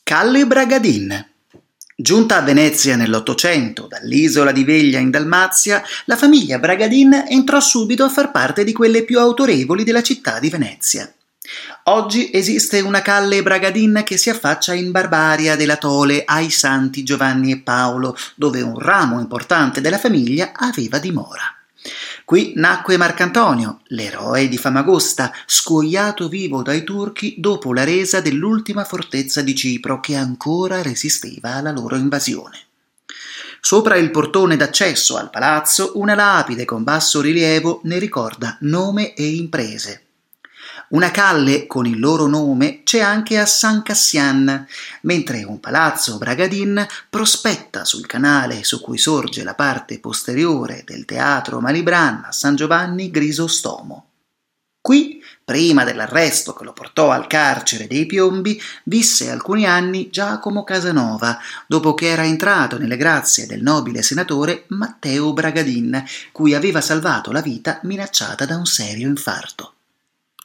Calle Bragadin. Giunta a Venezia nell'Ottocento dall'isola di Veglia in Dalmazia, la famiglia Bragadin entrò subito a far parte di quelle più autorevoli della città di Venezia. Oggi esiste una Calle Bragadin che si affaccia in Barbaria della Tole ai Santi Giovanni e Paolo, dove un ramo importante della famiglia aveva dimora. Qui nacque Marcantonio, l'eroe di Famagosta, scuoiato vivo dai turchi dopo la resa dell'ultima fortezza di Cipro che ancora resisteva alla loro invasione. Sopra il portone d'accesso al palazzo una lapide con basso rilievo ne ricorda nome e imprese. Una calle con il loro nome c'è anche a San Cassian, mentre un palazzo Bragadin prospetta sul canale su cui sorge la parte posteriore del teatro Malibran a San Giovanni Grisostomo. Qui, prima dell'arresto che lo portò al carcere dei Piombi, visse alcuni anni Giacomo Casanova, dopo che era entrato nelle grazie del nobile senatore Matteo Bragadin, cui aveva salvato la vita minacciata da un serio infarto.